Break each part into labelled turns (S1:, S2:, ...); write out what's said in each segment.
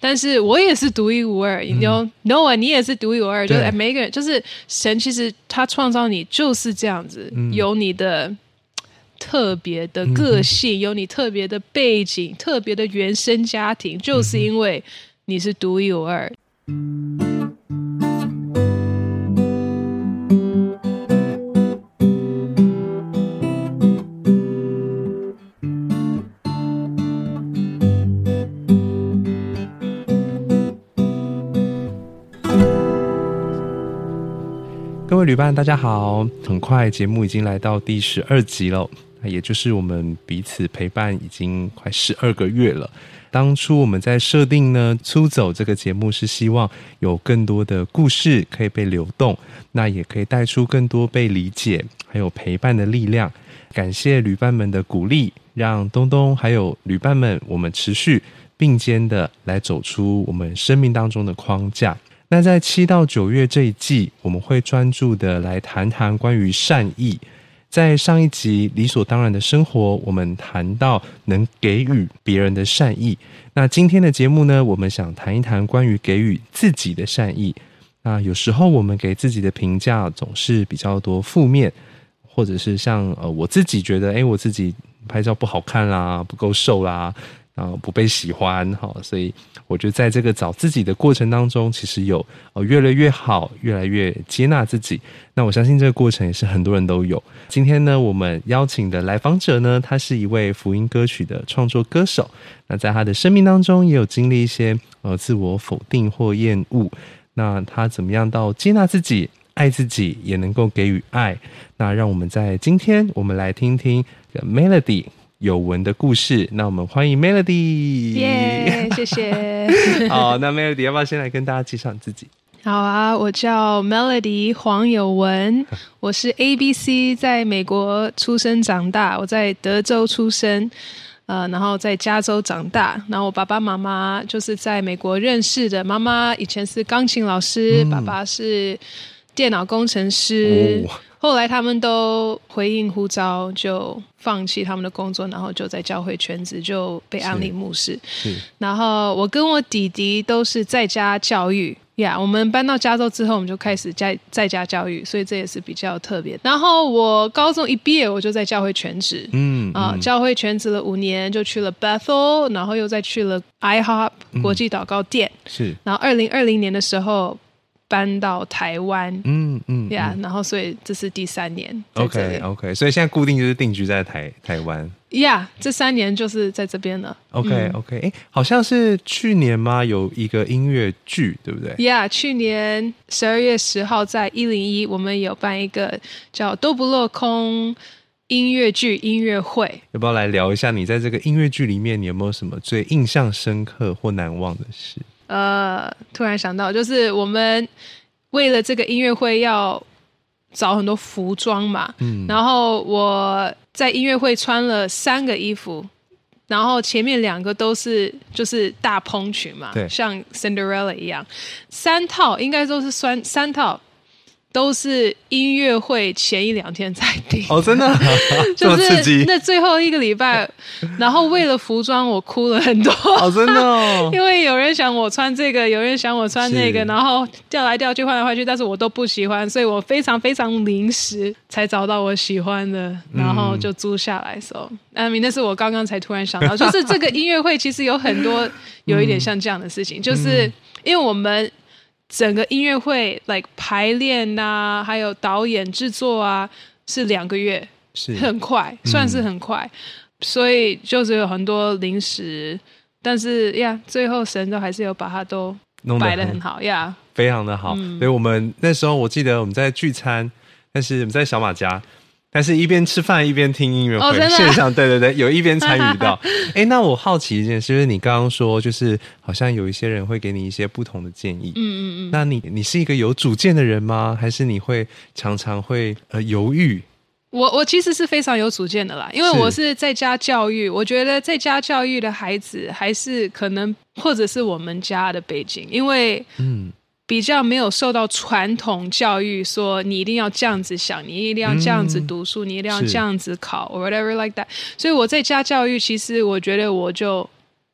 S1: 但是我也是独一无二，Noah 你也是独一无二，就是每一个人，就是神其实他创造你就是这样子，有你的特别的个性，有你特别的背景，特别的原生家庭，就是因为你是独一无二。
S2: 各位旅伴大家好，很快节目已经来到第12集了，也就是我们彼此陪伴已经快12个月了。当初我们在设定呢出走这个节目是希望有更多的故事可以被流动，那也可以带出更多被理解还有陪伴的力量。感谢旅伴们的鼓励，让东东还有旅伴们我们持续并肩的来走出我们生命当中的框架。那在7到9月这一季，我们会专注的来谈谈关于善意。在上一集理所当然的生活，我们谈到能给予别人的善意。那今天的节目呢，我们想谈一谈关于给予自己的善意。那有时候我们给自己的评价总是比较多负面，或者是像我自己觉得我自己拍照不好看啦，不够瘦啦，不被喜欢，所以我觉得在这个找自己的过程当中，其实有越来越好，越来越接纳自己。那我相信这个过程也是很多人都有。今天呢，我们邀请的来访者呢，他是一位福音歌曲的创作歌手。那在他的生命当中也有经历一些自我否定或厌恶，那他怎么样到接纳自己，爱自己，也能够给予爱。那让我们在今天我们来听听 Melody有文的故事。那我们欢迎 Melody。
S1: 耶，谢谢。
S2: 好，那 Melody 要不要先来跟大家介绍你自己？
S1: 好啊，我叫 Melody 黄有文，我是 ABC 在美国出生长大，我在德州出生，然后在加州长大。然后我爸爸妈妈就是在美国认识的，妈妈以前是钢琴老师，爸爸是电脑工程师。后来他们都回应呼召，就放弃他们的工作，然后就在教会全职，就被安立牧师。然后我跟我弟弟都是在家教育。我们搬到加州之后，我们就开始在家教育，所以这也是比较特别。然后我高中一毕业，我就在教会全职。教会全职了5年，就去了 Bethel， 然后又再去了 IHOP 国际祷告店。然后2020年的时候搬到台湾。然后所以这是第3年。
S2: OK， 所以现在固定就是定居在台湾。
S1: 这3年就是在这边了。
S2: OK， 好像是去年吗？有一个音乐剧，对不对？
S1: 去年12月10号在101，我们有办一个叫都不落空音乐剧音乐会。
S2: 要不要来聊一下你在这个音乐剧里面，你有没有什么最印象深刻或难忘的事？
S1: 突然想到，就是我们为了这个音乐会要找很多服装嘛，然后我在音乐会穿了3个衣服，然后前面2个都是就是大蓬裙嘛，像 Cinderella 一样，3套应该都是3套都是音乐会前1-2天才订。
S2: 真的
S1: 就是那最后1个礼拜，然后为了服装我哭了很多。
S2: 真的
S1: 因为有人想我穿这个，有人想我穿那个，然后调来调去换来换去，但是我都不喜欢，所以我非常非常临时才找到我喜欢的，然后就租下来。那是我刚刚才突然想到，就是这个音乐会其实有很多有一点像这样的事情，就是因为我们整个音乐会 like 排练啊，还有导演制作啊，是2个月，很快，算是很快，所以就是有很多临时，但是最后神都还是有把它都摆得很好
S2: 非常的好。所以我们那时候我记得我们在聚餐，但是我们在小马家，但是一边吃饭一边听音乐会，线上对，有一边参与到。那我好奇一件事，就是你刚刚说，就是好像有一些人会给你一些不同的建议。那你是一个有主见的人吗？还是你会常常会犹豫？
S1: 我其实是非常有主见的啦，因为我是在家教育，我觉得在家教育的孩子还是可能或者是我们家的背景，因为比较没有受到传统教育说你一定要这样子想，你一定要这样子读书，你一定要这样子考 or whatever like that， 所以我在家教育其实我觉得我就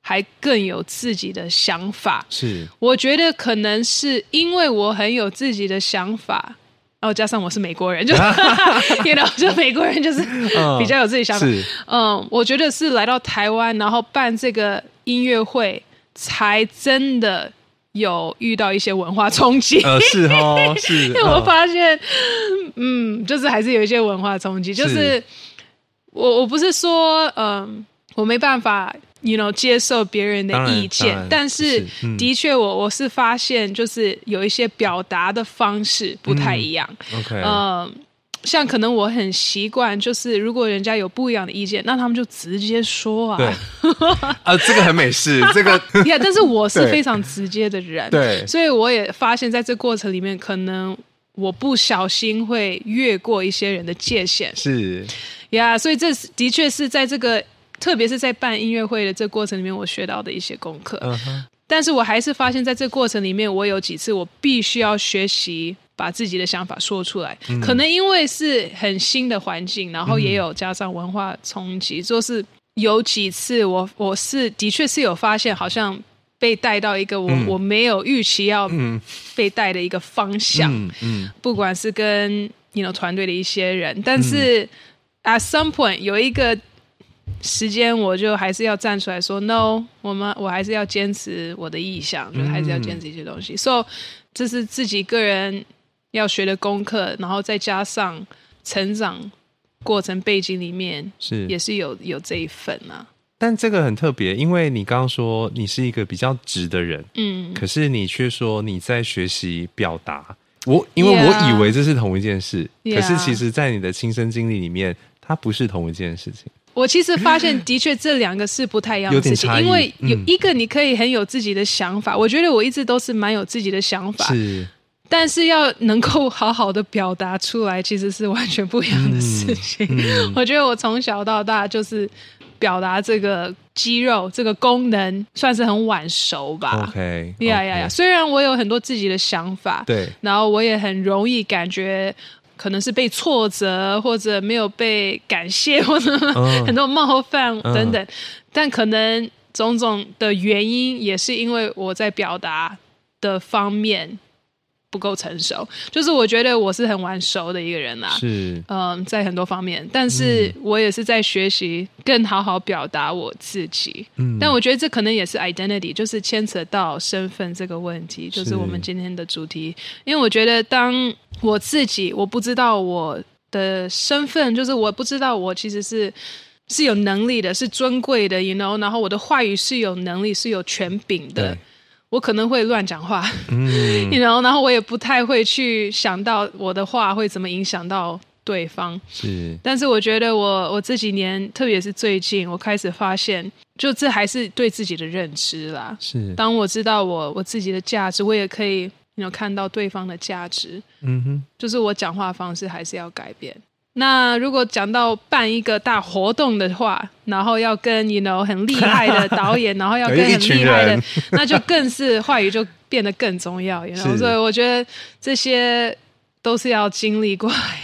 S1: 还更有自己的想法。
S2: 是，
S1: 我觉得可能是因为我很有自己的想法，然后加上我是美国人，就you know, 就美国人就是比较有自己想法。我觉得是来到台湾，然后办这个音乐会，才真的有遇到一些文化冲击。
S2: 是哦，是，
S1: 因为我发现，就是还是有一些文化冲击。就是我不是说，我没办法。接受别人的意见，但是的确我是发现就是有一些表达的方式不太一样。像可能我很习惯就是如果人家有不一样的意见，那他们就直接说啊。
S2: 对这个很美式，这个
S1: 但是我是非常直接的人，
S2: 对，
S1: 所以我也发现在这过程里面可能我不小心会越过一些人的界限。
S2: 是
S1: 所以这的确是在这个特别是在办音乐会的这个过程里面我学到的一些功课。但是我还是发现在这个过程里面我有几次我必须要学习把自己的想法说出来。可能因为是很新的环境，然后也有加上文化冲击，就是有几次我是的确是有发现好像被带到一个我没有预期要被带的一个方向。不管是跟团队的一些人，但是at some point 有一个时间我就还是要站出来说 no， 我还是要坚持我的意向，就还是要坚持一些东西。So 这是自己个人要学的功课，然后再加上成长过程背景里面也是有这一份啊。
S2: 但这个很特别，因为你刚刚说你是一个比较直的人，可是你却说你在学习表达。因为我以为这是同一件事，可是其实在你的亲身经历里面它不是同一件事情。
S1: 我其实发现的确这两个是不太一样的事情，因为有一个你可以很有自己的想法，我觉得我一直都是蛮有自己的想法，但是要能够好好的表达出来其实是完全不一样的事情。我觉得我从小到大就是表达这个肌肉这个功能算是很晚熟吧。虽然我有很多自己的想法，对，然后我也很容易感觉可能是被挫折或者没有被感谢或者很多冒犯等等，但可能种种的原因也是因为我在表达的方面不够成熟，就是我觉得我是很晚熟的一个人啦，在很多方面，但是我也是在学习更好好表达我自己。但我觉得这可能也是 identity， 就是牵扯到身份这个问题，就是我们今天的主题。因为我觉得当我自己我不知道我的身份，就是我不知道我其实是有能力的，是尊贵的 然后我的话语是有能力是有权柄的，我可能会乱讲话然后我也不太会去想到我的话会怎么影响到对方。但是我觉得我这几年特别是最近我开始发现，就这还是对自己的认知啦。当我知道我自己的价值，我也可以看到对方的价值。就是我讲话方式还是要改变。那如果讲到办一个大活动的话，然后要跟很厉害的导演然后要跟很厉害的那就更是话语就变得更重要所以我觉得这些都是要经历过来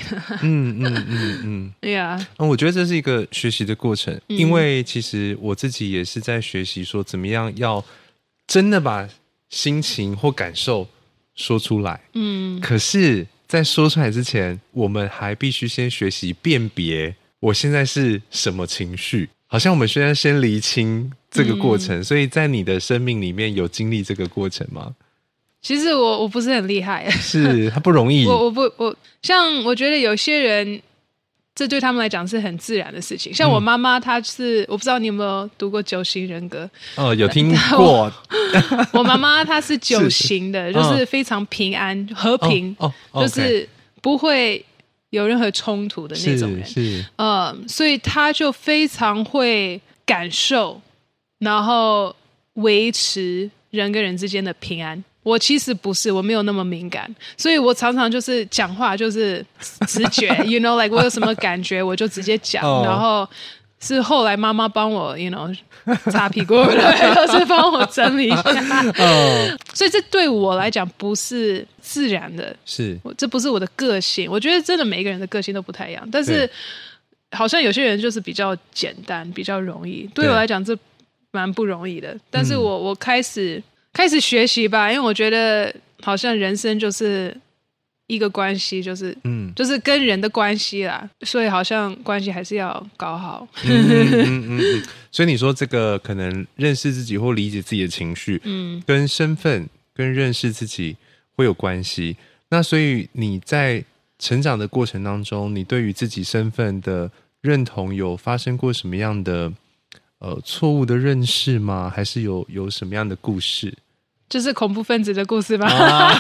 S1: 的。
S2: 我觉得这是一个学习的过程，因为其实我自己也是在学习说怎么样要真的把心情或感受说出来。可是在说出来之前，我们还必须先学习辨别我现在是什么情绪，好像我们需要先厘清这个过程。所以在你的生命里面有经历这个过程吗？
S1: 其实我不是很厉害，
S2: 是它不容易。
S1: 像我觉得有些人这对他们来讲是很自然的事情，像我妈妈她是我不知道你有没有读过9型人格。
S2: 有听过
S1: 我妈妈她是9型的，就是非常平安和平，就是不会有任何冲突的那种人。所以她就非常会感受然后维持人跟人之间的平安。我其实不是，我没有那么敏感，所以我常常就是讲话就是直觉like 我有什么感觉我就直接讲然后是后来妈妈帮我擦屁股是帮我整理一下所以这对我来讲不是自然的，这不是我的个性。我觉得真的每一个人的个性都不太一样，但是好像有些人就是比较简单比较容易，对我来讲这蛮不容易的。但是我开始学习吧，因为我觉得好像人生就是一个关系，就是跟人的关系啦，所以好像关系还是要搞好。
S2: 所以你说这个可能认识自己或理解自己的情绪，跟身份跟认识自己会有关系。那所以你在成长的过程当中，你对于自己身份的认同有发生过什么样的错误的认识吗？还是有什么样的故事？
S1: 就是恐怖分子的故事吧。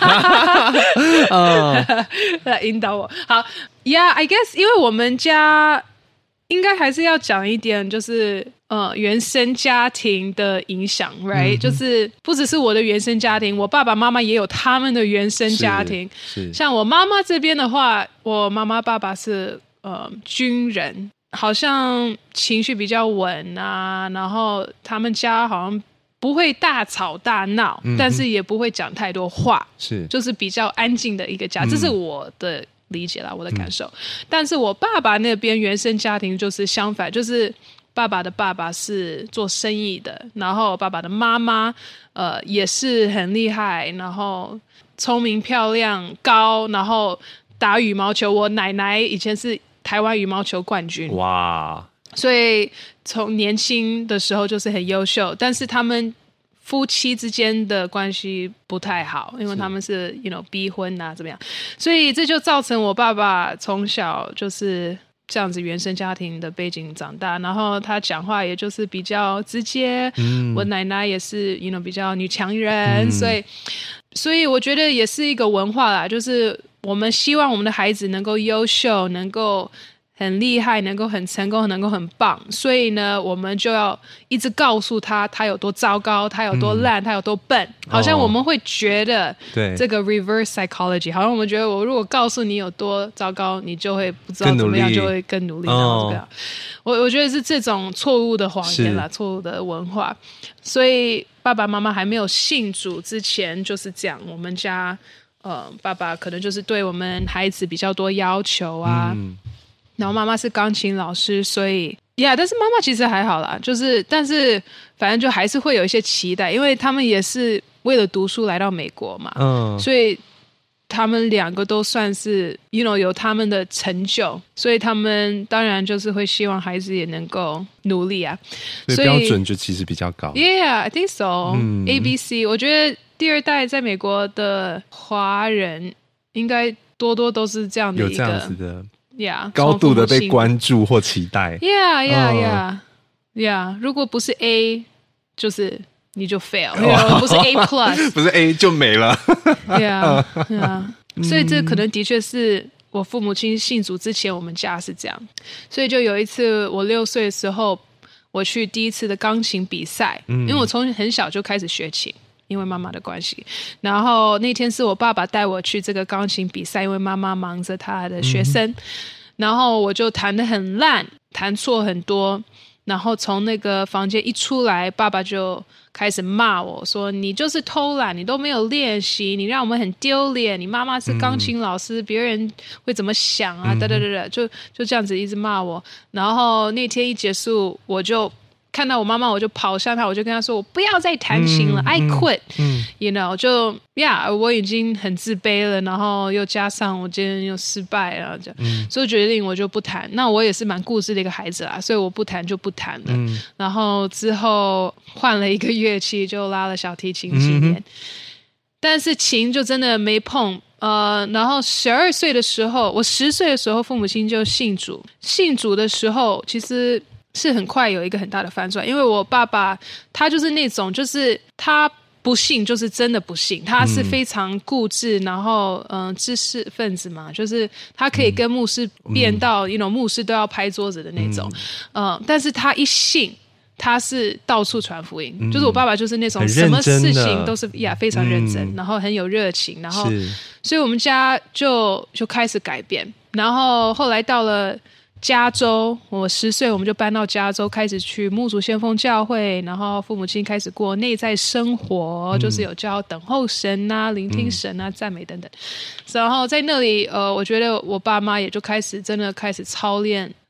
S1: 来引导我。好 ，Yeah，I guess， 因为我们家应该还是要讲一点，就是原生家庭的影响 ，right？就是不只是我的原生家庭，我爸爸妈妈也有他们的原生家庭。是像我妈妈这边的话，我妈妈爸爸是军人，好像情绪比较稳啊，然后他们家好像不会大吵大闹，但是也不会讲太多话，就是比较安静的一个家，这是我的理解啦，我的感受。但是我爸爸那边原生家庭就是相反，就是爸爸的爸爸是做生意的，然后爸爸的妈妈也是很厉害，然后聪明漂亮高，然后打羽毛球，我奶奶以前是台湾羽毛球冠军，哇！所以从年轻的时候就是很优秀，但是他们夫妻之间的关系不太好，因为他们是逼婚啊怎么样，所以这就造成我爸爸从小就是这样子原生家庭的背景长大，然后他讲话也就是比较直接，我奶奶也是比较女强人，所以我觉得也是一个文化啦，就是我们希望我们的孩子能够优秀，能够很厉害，能够很成功，能够很棒，所以呢我们就要一直告诉他有多糟糕，他有多烂，他有多笨，好像我们会觉得这个 reverse psychology， 好像我们觉得我如果告诉你有多糟糕，你就会不知道怎么样，就会更努力，然后这样我觉得是这种错误的谎言啦，错误的文化。所以爸爸妈妈还没有信主之前就是这样，我们家爸爸可能就是对我们孩子比较多要求啊，然后妈妈是钢琴老师，所以但是妈妈其实还好啦，但是反正就还是会有一些期待，因为他们也是为了读书来到美国嘛，所以他们两个都算是有他们的成就，所以他们当然就是会希望孩子也能够努力啊，
S2: 所以标准就其实比较高。
S1: I think so。ABC， 我觉得第二代在美国的华人应该多多都是这样的一个有这样子的。
S2: 高度的被关注或期待。
S1: 如果不是 A， 就是你就 fail， 不是 A plus，
S2: 不是 A 就没了。
S1: 所以这可能的确是我父母亲信主之前，我们家是这样。所以就有一次我6岁的时候，我去第一次的钢琴比赛，因为我从很小就开始学琴。因为妈妈的关系，然后那天是我爸爸带我去这个钢琴比赛，因为妈妈忙着她的学生，然后我就弹得很烂，弹错很多，然后从那个房间一出来，爸爸就开始骂我说你就是偷懒，你都没有练习，你让我们很丢脸，你妈妈是钢琴老师，别人会怎么想啊，就这样子一直骂我。然后那天一结束，我就看到我妈妈，我就跑向她，我就跟她说我不要再弹琴了，I quit。我已经很自卑了，然后又加上我今天又失败了，所以决定我就不弹。那我也是蛮固执的一个孩子啦，所以我不弹就不弹了。然后之后换了一个乐器，就拉了小提琴几年，但是琴就真的没碰。然后12岁的时候，我10岁的时候，父母亲就信主。信主的时候，其实是很快有一个很大的反转，因为我爸爸他就是那种，就是他不信就是真的不信，他是非常固执，然后知识分子嘛，就是他可以跟牧师辩到牧师都要拍桌子的那种，但是他一信他是到处传福音，就是我爸爸就是那种什么事情都是非常认真，然后很有热情，然后所以我们家就开始改变，然后后来到了加州，我10岁我们就搬到加州，开始去牧主先锋教会，然后父母亲开始过内在生活，就是有教等候神啊、聆听神啊、赞美等等。然后在那里我觉得我爸妈也就真的开始操练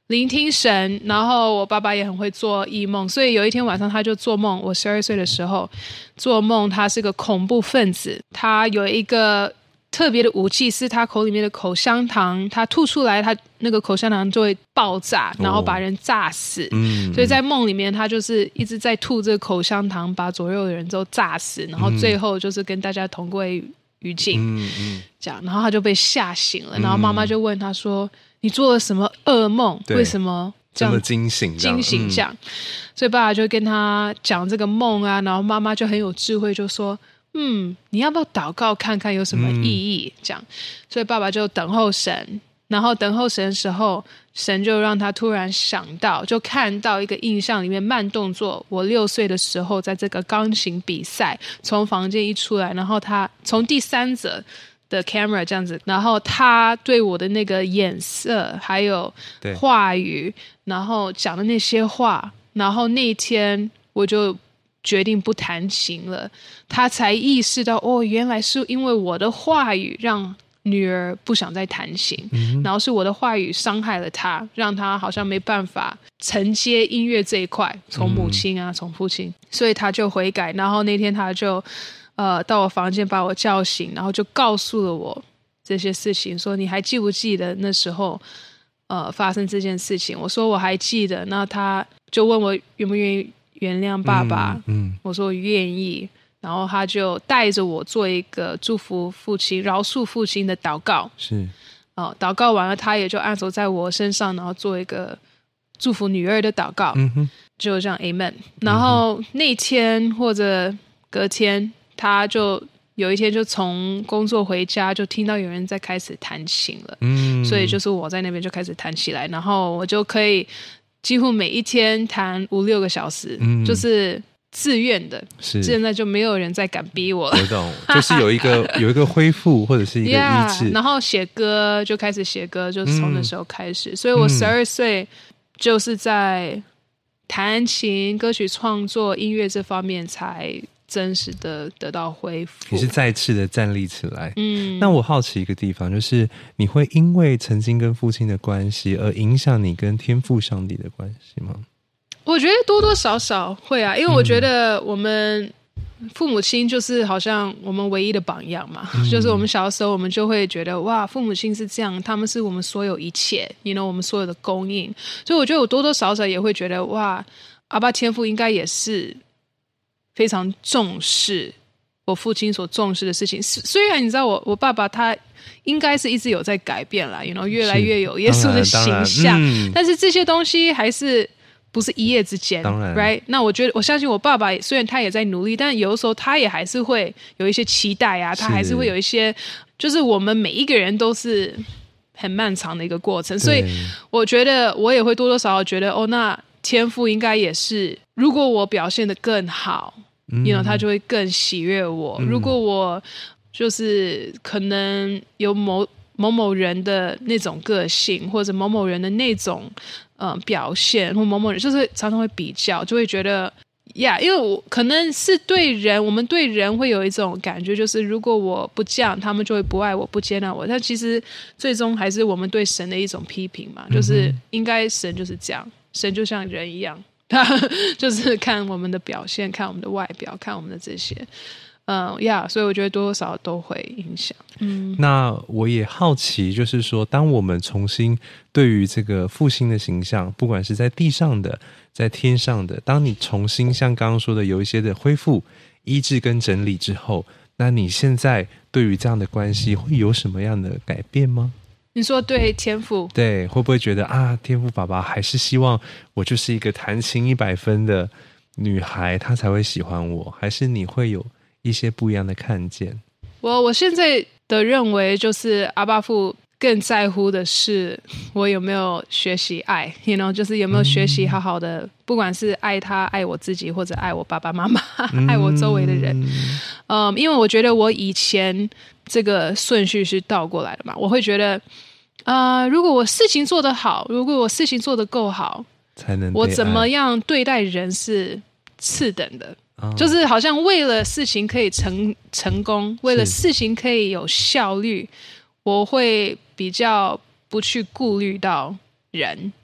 S1: 聆听神，然后我爸爸也很会做异梦，所以有一天晚上他就做梦，我12岁的时候做梦，他是个恐怖分子，他有一个特别的武器是他口里面的口香糖，他吐出来他那个口香糖就会爆炸，然后把人炸死，所以在梦里面他就是一直在吐这个口香糖，把左右的人都炸死，然后最后就是跟大家同归于尽，这样，然后他就被吓醒了，然后妈妈就问他说你做了什么噩梦，为什么这么
S2: 惊醒这样，
S1: 所以爸爸就跟他讲这个梦啊，然后妈妈就很有智慧就说你要不要祷告看看有什么意义，这样，所以爸爸就等候神，然后等候神的时候，神就让他突然想到，就看到一个印象里面慢动作，我6岁的时候在这个钢琴比赛从房间一出来，然后他从第3者的 camera 这样子，然后他对我的那个眼色还有话语，然后讲的那些话，然后那天我就决定不弹琴了，他才意识到原来是因为我的话语让女儿不想再弹琴，然后是我的话语伤害了她，让她好像没办法承接音乐这一块，从母亲啊从父亲，所以他就悔改，然后那天他就到我房间把我叫醒，然后就告诉了我这些事情，说你还记不记得那时候发生这件事情？我说我还记得，那他就问我愿不愿意原谅爸爸，我说我愿意，然后他就带着我做一个祝福父亲饶恕父亲的祷告，
S2: 是
S1: 祷告完了他也就按手在我身上，然后做一个祝福女儿的祷告，就这样 Amen。 然后那天或者隔天他就有一天就从工作回家，就听到有人在开始弹琴了，所以就是我在那边就开始弹起来，然后我就可以几乎每一天弹5-6个小时，就是自愿的，现在就没有人再敢逼我了。
S2: 我懂，就是有一个恢复或者是一个医治，
S1: 然后写歌就开始写歌，就是从那时候开始，所以我12岁就是在弹琴、歌曲创作、音乐这方面才真实的得到恢复，
S2: 你是再次的站立起来。那我好奇一个地方，就是你会因为曾经跟父亲的关系而影响你跟天父上帝的关系吗？
S1: 我觉得多多少少会啊，因为我觉得我们父母亲就是好像我们唯一的榜样嘛，就是我们小的时候我们就会觉得哇，父母亲是这样，他们是我们所有一切，我们所有的供应，所以我觉得我多多少少也会觉得哇，阿爸天父应该也是非常重视我父亲所重视的事情，虽然你知道我爸爸他应该是一直有在改变啦，越来越有耶稣的形象，但是这些东西还是不是一夜之间，
S2: 当然
S1: right？ 那我相信我爸爸虽然他也在努力，但有的时候他也还是会有一些期待啊，他还是会有一些，就是我们每一个人都是很漫长的一个过程，所以我觉得我也会多多少少觉得那天父应该也是，如果我表现得更好他就会更喜悦我，如果我就是可能有某人的那种个性，或者某人的那种表现，或某人就是常常会比较，就会觉得因为我可能是我们对人会有一种感觉，就是如果我不这样，他们就会不爱我，不接纳我，但其实最终还是我们对神的一种批评嘛，就是应该神就是这样，神就像人一样，他就是看我们的表现，看我们的外表，看我们的这些所以我觉得多多少少都会影响。
S2: 那我也好奇，就是说当我们重新对于这个父亲的形象，不管是在地上的在天上的，当你重新像刚刚说的有一些的恢复医治跟整理之后，那你现在对于这样的关系会有什么样的改变吗？
S1: 你说对天父，
S2: 对，会不会觉得天父爸爸还是希望我就是一个弹琴100分的女孩，他才会喜欢我，还是你会有一些不一样的看见？我
S1: 现在的认为就是阿爸父更在乎的是我有没有学习爱就是有没有学习好好的，不管是爱他、爱我自己，或者爱我爸爸妈妈、爱我周围的人。因为我觉得我以前这个顺序是倒过来的嘛，我会觉得如果我事情做得好，如果我事情做得够好，
S2: 才能
S1: 我怎么样对待人是次等的，就是好像为了事情可以成功，为了事情可以有效率，我会比较不去顾虑到人，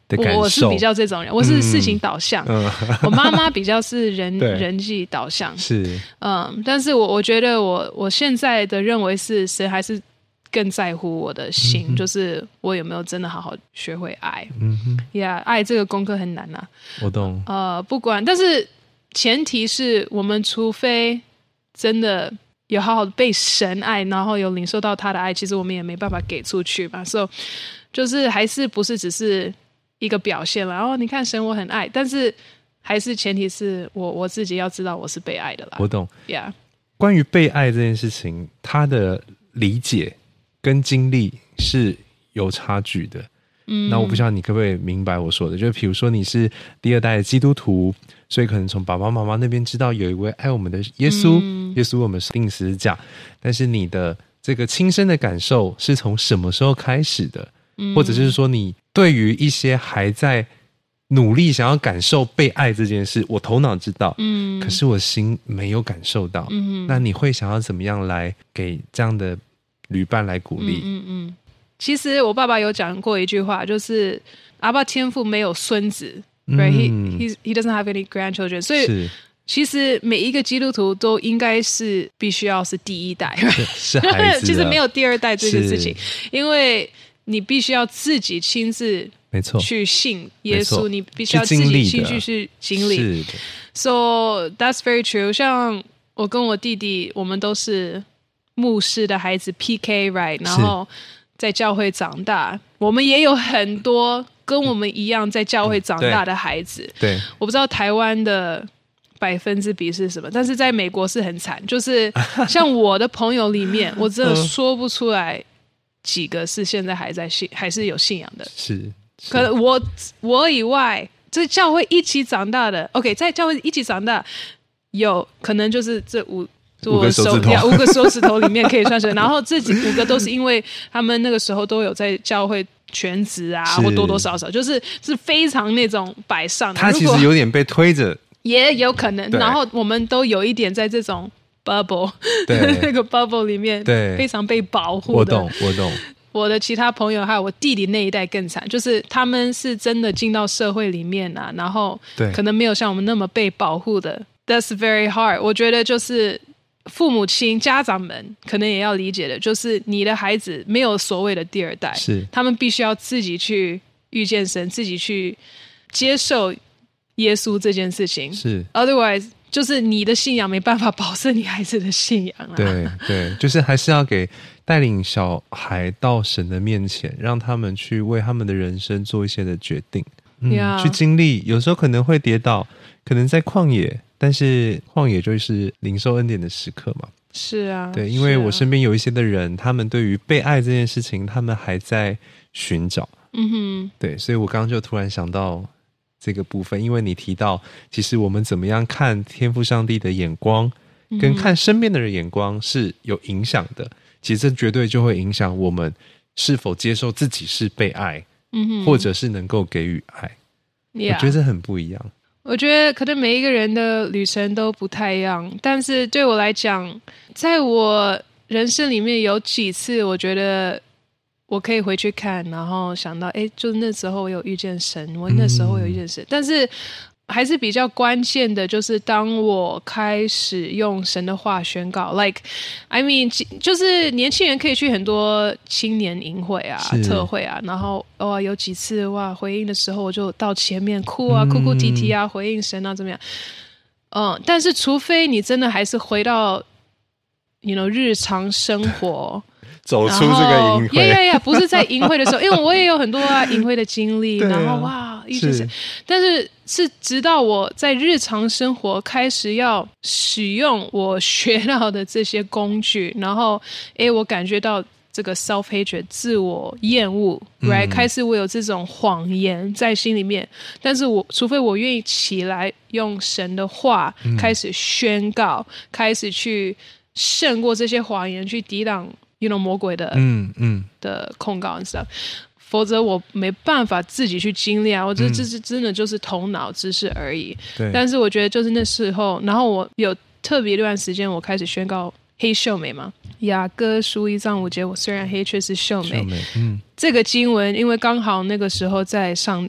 S2: 的感受。
S1: 我是比较这种人，我是事情导向，我妈妈比较是人际导向，
S2: 是，
S1: 但是我觉得我现在的认为是神还是更在乎我的心，就是我有没有真的好好学会爱。爱这个功课很难啊。
S2: 我懂。
S1: 不管，但是前提是我们除非真的有好好被神爱，然后有领受到他的爱，其实我们也没办法给出去嘛。所以就是还是不是只是一个表现了。然后你看神我很爱，但是还是前提是我自己要知道我是被爱的啦。
S2: 我懂。关于被爱这件事情，他的理解跟经历是有差距的。那我不知道你可不可以明白我说的，就是比如说你是第二代的基督徒，所以可能从爸爸妈妈那边知道有一位爱我们的耶稣，耶稣为我们钉十字架，但是你的这个亲身的感受是从什么时候开始的？或者是说你对于一些还在努力想要感受被爱这件事，我头脑知道，可是我心没有感受到，那你会想要怎么样来给这样的旅伴来鼓励？
S1: 其实我爸爸有讲过一句话，就是阿爸天父没有孙子，right? He doesn't have any grandchildren， 所以其实每一个基督徒都应该是必须要是第一代，
S2: 是孩子，
S1: 其实没有第二代这件事情，因为你必须要自己亲自
S2: 没错
S1: 去信耶稣，你必须要自己亲自去经历。So that's very true。像我跟我弟弟，我们都是牧师的孩子 ，PK right， 然后在教会长大，我们也有很多跟我们一样在教会长大的孩子。
S2: 对，
S1: 我不知道台湾的百分之比是什么，但是在美国是很惨，就是像我的朋友里面，我真的说不出来几个是现在还是有信仰的。
S2: 是
S1: 可能我以外，在教会一起长大的 ，OK， 在教会一起长大，有可能就是这五个手指头里面可以算是，然后这5个都是因为他们那个时候都有在教会全职啊，或多多少少是非常那种摆上的。
S2: 他其实有点被推着，
S1: 也有可能。然后我们都有一点在这种 bubble 那个 bubble 里面，非常被保护的。
S2: 我懂。
S1: 我的其他朋友还有我弟弟那一代更惨，就是他们是真的进到社会里面啊，然后可能没有像我们那么被保护的。That's very hard。我觉得就是父母亲、家长们可能也要理解的，就是你的孩子没有所谓的第二代，他们必须要自己去遇见神，自己去接受耶稣这件事情。Otherwise， 就是你的信仰没办法保证你孩子的信仰啊。
S2: 对，就是还是要带领小孩到神的面前，让他们去为他们的人生做一些的决定，去经历。有时候可能会跌倒，可能在旷野，但是旷野就是领受恩典的时刻嘛。
S1: 是啊，
S2: 对，因为我身边有一些的人，他们对于被爱这件事情，他们还在寻找。对，所以我刚刚就突然想到这个部分，因为你提到，其实我们怎么样看天父上帝的眼光，跟看身边的人眼光是有影响的。其实这绝对就会影响我们是否接受自己是被爱，或者是能够给予爱。我觉得这很不一样。
S1: 我觉得可能每一个人的旅程都不太一样，但是对我来讲，在我人生里面有几次，我觉得我可以回去看，然后想到，就那时候我有遇见神，我那时候有遇见神，但是还是比较关键的，就是当我开始用神的话宣告 I mean 就是年轻人可以去很多青年营会啊、特会啊，然后有几次回应的时候，我就到前面哭哭啼啼啊，回应神啊怎么样。但是除非你真的还是回到日常生活
S2: 走出这个营会，
S1: 不是在营会的时候，因为我也有很多营会的经历，然后但是直到我在日常生活开始要使用我学到的这些工具，然后我感觉到这个 self-hatred 自我厌恶，right？ 开始我有这种谎言在心里面，但是除非我愿意起来用神的话开始宣告，开始去胜过这些谎言，去抵挡魔鬼的的控告 and stuff， 否则我没办法自己去经历啊！我觉得这是真的就是头脑知识而已。但是我觉得就是那时候，然后我有特别一段时间，我开始宣告黑秀美嘛，雅歌书1章5节，我虽然黑却是秀美。这个经文，因为刚好那个时候在上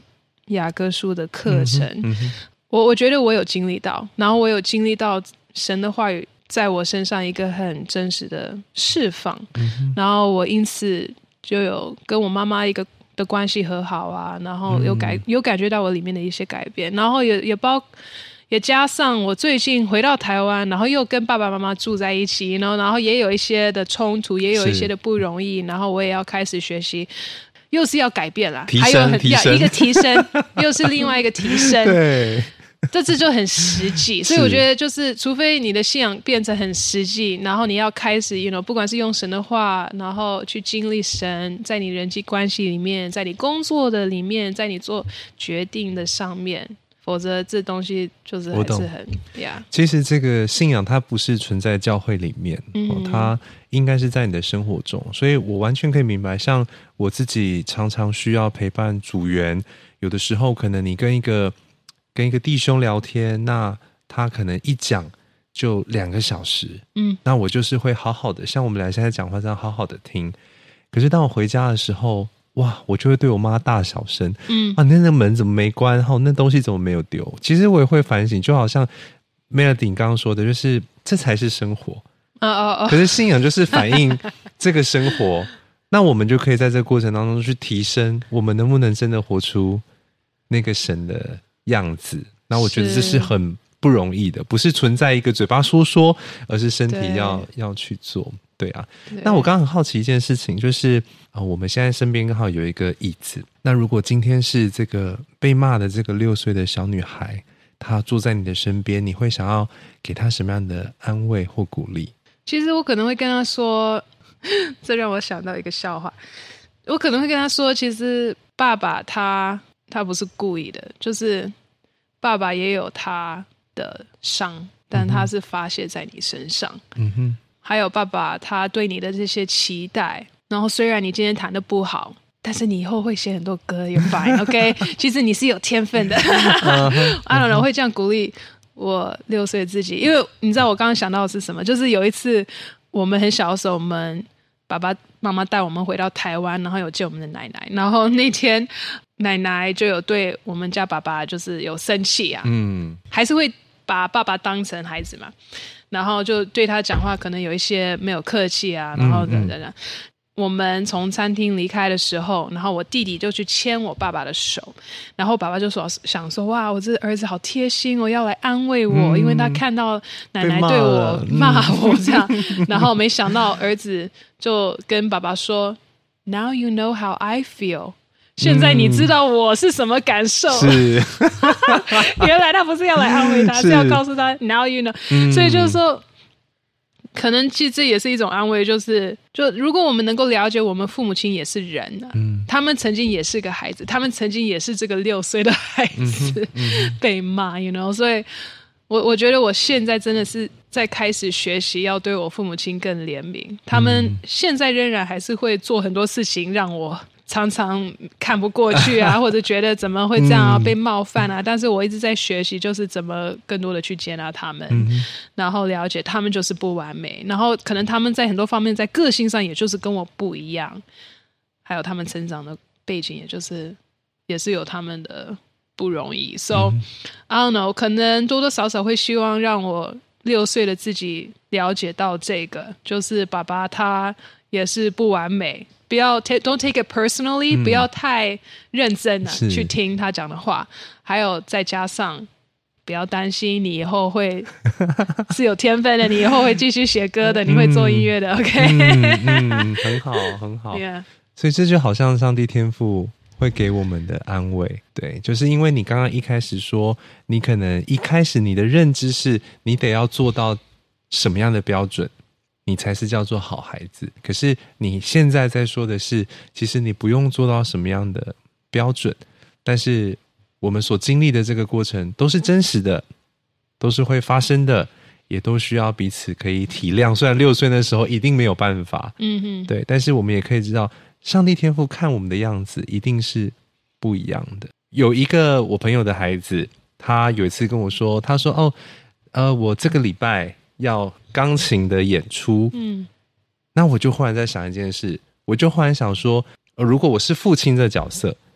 S1: 雅各书的课程。我觉得我有经历到，然后我有经历到神的话语在我身上一个很真实的释放，然后我因此就有跟我妈妈的关系和好啊，然后有感觉到我里面的一些改变，然后也加上我最近回到台湾，然后又跟爸爸妈妈住在一起，然后也有一些的冲突，也有一些的不容易，然后我也要开始学习，又是要改变啦，还有一个提升，又是另外一个提升，
S2: 对。
S1: 这就很实际，所以我觉得就是除非你的信仰变成很实际，然后你要开始不管是用神的话，然后去经历神在你人际关系里面，在你工作的里面，在你做决定的上面，否则这东西就是还是很
S2: 其实这个信仰它不是存在教会里面，它应该是在你的生活中，所以我完全可以明白，像我自己常常需要陪伴组员，有的时候可能你跟一个弟兄聊天，那他可能一讲就2个小时，那我就是会好好的，像我们俩现在讲话这样好好的听。可是当我回家的时候，哇，我就会对我妈大小声，那个门怎么没关？那东西怎么没有丢？其实我也会反省，就好像 Melody 刚刚说的，就是这才是生活。可是信仰就是反映这个生活，那我们就可以在这个过程当中去提升，我们能不能真的活出那个神的样子？那我觉得这是很不容易的，不是存在一个嘴巴说，而是身体要去做。对啊，那我刚刚很好奇一件事情，就是我们现在身边刚好有一个椅子，那如果今天是这个被骂的这个6岁的小女孩，她坐在你的身边，你会想要给她什么样的安慰或鼓励？
S1: 其实我可能会跟她说，这让我想到一个笑话，我可能会跟她说，其实爸爸他不是故意的，就是爸也有他的伤，但他是发泄在你身上。还有爸爸他对你的这些期待，然后虽然你今天弹得不好，但是你以后会写很多歌，You're fine, OK 其实你是有天分的。I don't know， 会这样鼓励我6岁自己。因为你知道我刚刚想到的是什么，就是有一次我们很小的时候，我们爸爸妈妈带我们回到台湾，然后有见我们的奶奶，然后那天奶奶就有对我们家爸爸就是有生气啊，还是会把爸爸当成孩子嘛，然后就对他讲话可能有一些没有客气啊，然后我们从餐厅离开的时候，然后我弟弟就去牵我爸爸的手，然后爸爸就想说，哇，我这儿子好贴心，我要来安慰我，因为他看到奶奶对我骂我这样，然后没想到儿子就跟爸爸说 Now you know how I feel，现在你知道我是什么感受。
S2: 是
S1: 原来他不是要来安慰他，是要告诉他 Now you know，所以就是说可能其实这也是一种安慰，就如果我们能够了解我们父母亲也是人啊，他们曾经也是个孩子，他们曾经也是这个6岁的孩子，被骂 you know， 所以我觉得我现在真的是在开始学习要对我父母亲更怜悯，他们现在仍然还是会做很多事情让我常常看不过去啊，或者觉得怎么会这样啊，被冒犯啊，但是我一直在学习，就是怎么更多的去接纳他们，然后了解他们就是不完美，然后可能他们在很多方面在个性上也就是跟我不一样，还有他们成长的背景也是有他们的不容易， so I don't know， 可能多多少少会希望让我6岁的自己了解到这个，就是爸爸他也是不完美，不要 don't take it personally，不要太认真的去听他讲的话，还有再加上不要担心你以后会是有天分的，你以后会继续写歌的，你会做音乐的 OK
S2: 很好很好
S1: ，yeah，
S2: 所以这就好像上帝天父会给我们的安慰。对，就是因为你刚刚一开始说，你可能一开始你的认知是你得要做到什么样的标准你才是叫做好孩子，可是你现在在说的是其实你不用做到什么样的标准，但是我们所经历的这个过程都是真实的，都是会发生的，也都需要彼此可以体谅，虽然6岁的时候一定没有办法，对，但是我们也可以知道上帝天父看我们的样子一定是不一样的。有一个我朋友的孩子，他有一次跟我说，他说我这个礼拜要钢琴的演出，那我就忽然在想一件事，我就忽然想说，如果我是父亲这角色，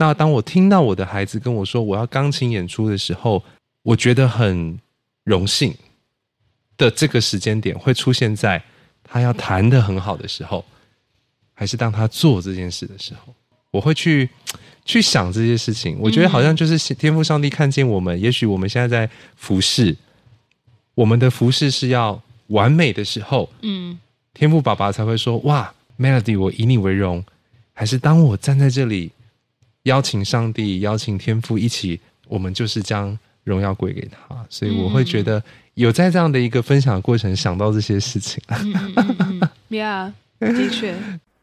S2: 那当我听到我的孩子跟我说我要钢琴演出的时候，我觉得很荣幸的这个时间点会出现在他要弹得很好的时候，还是当他做这件事的时候，我会去想这些事情。我觉得好像就是天父上帝看见我们，也许我们现在在服侍，我们的服侍是要完美的时候，天父爸爸才会说哇 Melody 我以你为荣。还是当我站在这里邀请上帝邀请天父一起，我们就是将荣耀归给他。所以我会觉得有在这样的一个分享的过程想到这些事情。
S1: Yeah 的确。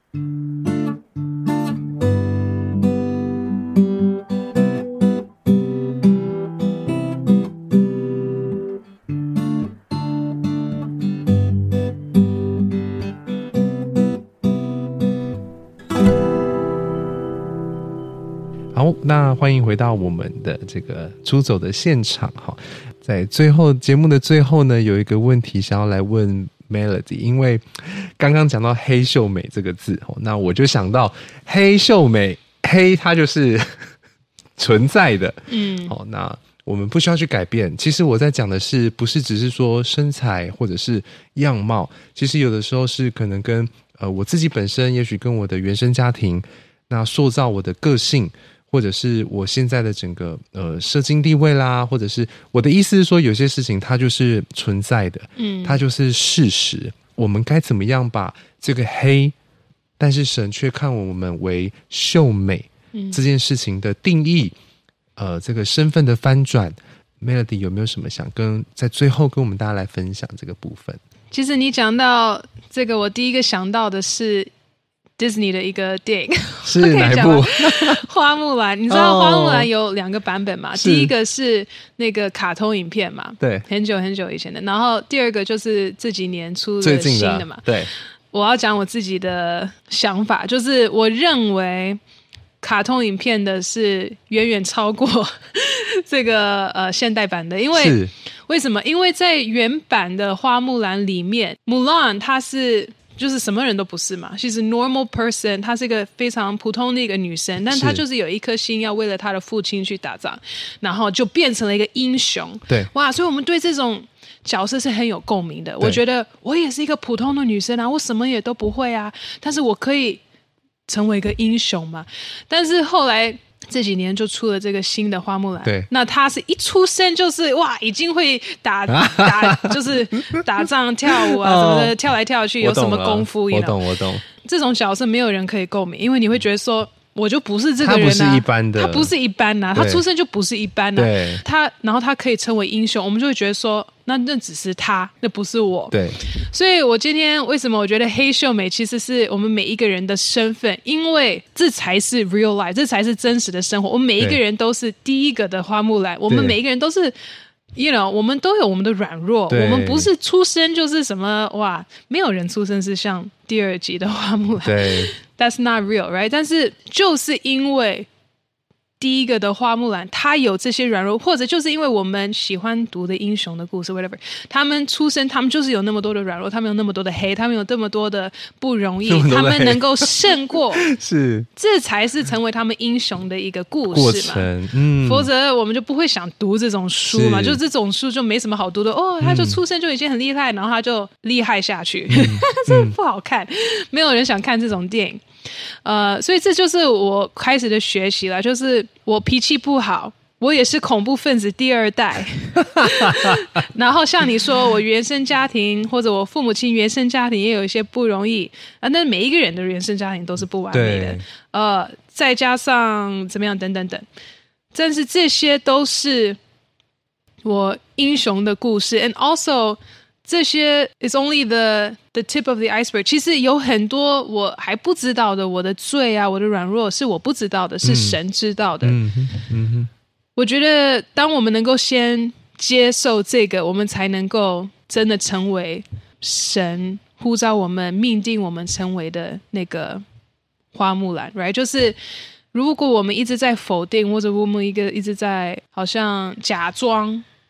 S2: 好，那欢迎回到我们的这个出走的现场。在节目的最后呢，有一个问题想要来问 Melody， 因为刚刚讲到黑秀美这个字，那我就想到黑秀美，黑它就是存在的，那我们不需要去改变。其实我在讲的是不是只是说身材或者是样貌，其实有的时候是可能跟我自己本身，也许跟我的原生家庭，那塑造我的个性，或者是我现在的整个社经地位啦，或者是我的意思是说，有些事情它就是存在的，它就是事实。我们该怎么样把这个黑，但是神却看我们为秀美，这件事情的定义，这个身份的翻转 ，Melody 有没有什么想在最后跟我们大家来分享这个部分？
S1: 其实你讲到这个，我第一个想到的是Disney 的一个电影，
S2: 是哪一部？
S1: 花木兰。你知道花木兰有2个版本嘛？第一个是那个卡通影片嘛，
S2: 对，
S1: 很久很久以前的。然后第二个就是这几年出的新的嘛。
S2: 对，
S1: 我要讲我自己的想法，就是我认为卡通影片的是远远超过这个现代版的，因为什么？因为在原版的花木兰里面 ，Mulan 她是就是什么人都不是嘛， she's a normal person， 她是一个非常普通的一个女生，但她就是有一颗心要为了她的父亲去打仗，然后就变成了一个英雄。
S2: 对，
S1: 哇，所以我们对这种角色是很有共鸣的。我觉得我也是一个普通的女生啊，我什么也都不会啊，但是我可以成为一个英雄嘛。但是后来这几年就出了这个新的花木兰，
S2: 对，
S1: 那她是一出生就是哇，已经会打就是打仗跳舞啊什么的，跳来跳去，有什么功夫？
S2: 我懂。
S1: 这种角色没有人可以共鸣，因为你会觉得说，我就不是这个人啊，
S2: 他不是一般的，
S1: 他不是一般啊，他出生就不是一般啊。
S2: 对，
S1: 然后他可以成为英雄，我们就会觉得说，那只是他，那不是我。
S2: 对，
S1: 所以我今天为什么我觉得黑秀美其实是我们每一个人的身份，因为这才是 real life， 这才是真实的生活。我们每一个人都是第一个的花木兰，我们每一个人都是。我们都有我们的软弱，我们不是出生就是什么哇，没有人出生是像第2集的花木兰，
S2: 对
S1: ，That's not real, right？ 但是就是因为第一个的花木兰，她有这些软弱，或者就是因为我们喜欢读的英雄的故事 whatever， 他们出生，他们就是有那么多的软弱，他们有那么多的黑，他们有这么多的不容易，他们能够胜过，
S2: 是，
S1: 这才是成为他们英雄的一个故事嘛。否则我们就不会想读这种书嘛，就这种书就没什么好读的哦，他就出生就已经很厉害，然后他就厉害下去，这不好看，没有人想看这种电影。所以这就是我开始的学习了，就是我脾气不好，我也是恐怖分子第2代然后像你说我原生家庭或者我父母亲原生家庭也有一些不容易啊，那每一个人的原生家庭都是不完美的，再加上怎么样等等等，但是这些都是我英雄的故事 and also这些 is only the tip of the iceberg。 其实有很多我还不知道的，我的罪啊，我的软弱是我不知道的，是神知道的。我觉得当我们能够先接受这个，我们才能够真的成为神呼召我们命定我们成为的那个花木兰 right？ 就是如果我们一直在否定，或者我们一直在好像假装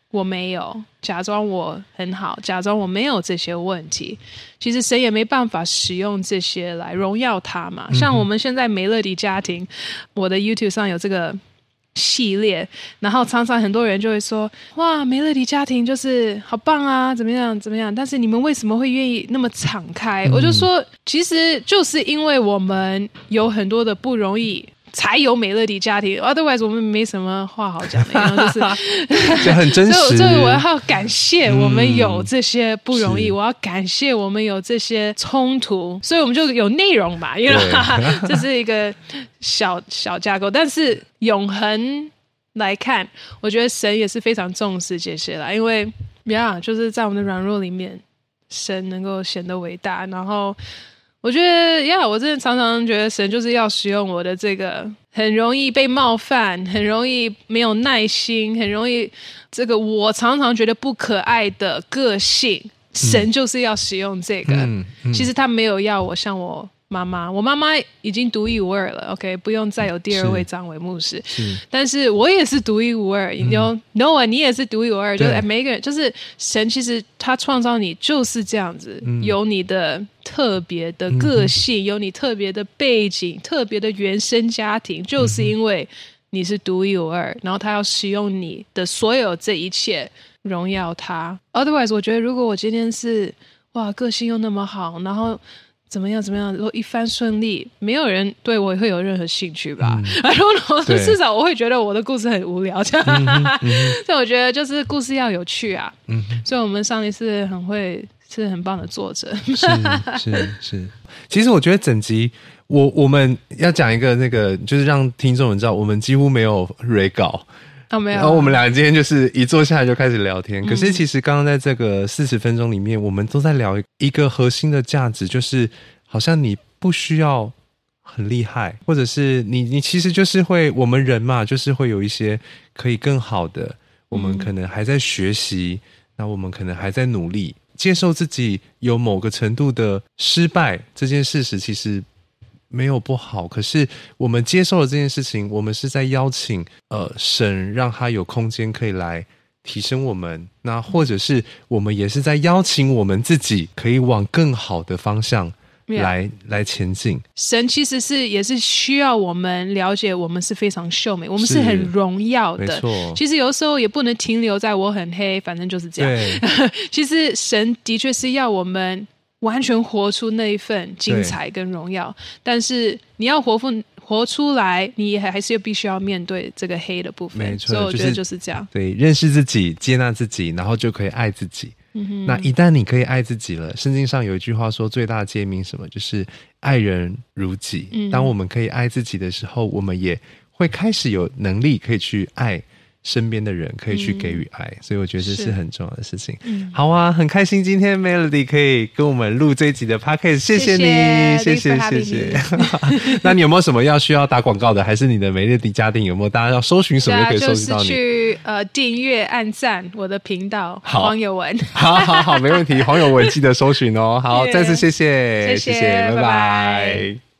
S1: 我没有，假装我很好，假装我没有这些问题，其实神也没办法使用这些来荣耀他嘛。像我们现在梅乐迪家庭，我的 YouTube 上有这个系列，然后常常很多人就会说，哇，梅乐迪家庭就是好棒啊，怎么样怎么样，但是你们为什么会愿意那么敞开？我就说其实就是因为我们有很多的不容易才有美乐迪家庭 ，otherwise 我们没什么话好讲的，然后就是
S2: 就很真实。
S1: 所以我要感谢我们有这些不容易，我要感谢我们有这些冲突，所以我们就有内容吧，因为这是一个小架构，但是永恒来看，我觉得神也是非常重视这些啦，因为就是在我们的软弱里面，神能够显得伟大，然后。我觉得我真的常常觉得神就是要使用我的这个很容易被冒犯，很容易没有耐心，很容易这个我常常觉得不可爱的个性，神就是要使用这个。其实他没有要我像我妈妈，我妈妈已经独一无二了 ，OK， 不用再有第二位张伟牧师。但是我也是独一无二，Noah 你也是独一无二，就是每一个人，就是神其实他创造你就是这样子，有你的特别的个性，有你特别的背景，特别的原生家庭，就是因为你是独一无二，然后他要使用你的所有这一切荣耀他。Otherwise， 我觉得如果我今天是个性又那么好，然后怎么样，如果一帆顺利，没有人对我会有任何兴趣吧。I don't know， 至少我会觉得我的故事很无聊，这样。所以我觉得就是故事要有趣啊。所以我们上一次是很棒的作者。
S2: 是。其实我觉得整集我们要讲一个那个，就是让听众们知道，我们几乎没有蕊稿。
S1: 没有。
S2: 然后我们两个今天就是一坐下来就开始聊天。可是其实刚刚在这个40分钟里面，我们都在聊一个核心的价值，就是好像你不需要很厉害，或者是你其实就是我们人嘛，就是会有一些可以更好的，我们可能还在学习，那我们可能还在努力，接受自己有某个程度的失败这件事实其实没有不好，可是我们接受了这件事情，我们是在邀请神让他有空间可以来提升我们，那或者是我们也是在邀请我们自己可以往更好的方向来前进。
S1: 神其实也是需要我们了解，我们是非常秀美，我们是很荣耀的。
S2: 没错，
S1: 其实有时候也不能停留在我很黑，反正就是这样。其实神的确是要我们完全活出那一份精彩跟荣耀，但是你要活出来，你还是必须要面对这个黑的部分。
S2: 没错，
S1: 所以我觉得就是这样。
S2: 对，认识自己，接纳自己，然后就可以爱自己。那一旦你可以爱自己了，圣经上有一句话说，最大的诫命什么？就是爱人如己。当我们可以爱自己的时候，我们也会开始有能力可以去爱身边的人，可以去给予爱，所以我觉得这是很重要的事情。好啊，很开心今天 Melody 可以跟我们录这一集的 Podcast， 谢谢你，谢谢。那你有没有什么需要打广告的？还是你的美乐迪家庭有没有大家要搜寻什么就可以搜寻到你？
S1: 就是去订阅按赞我的频道黄友文。
S2: 好，没问题，黄友文记得搜寻哦。好，再次谢谢，拜拜。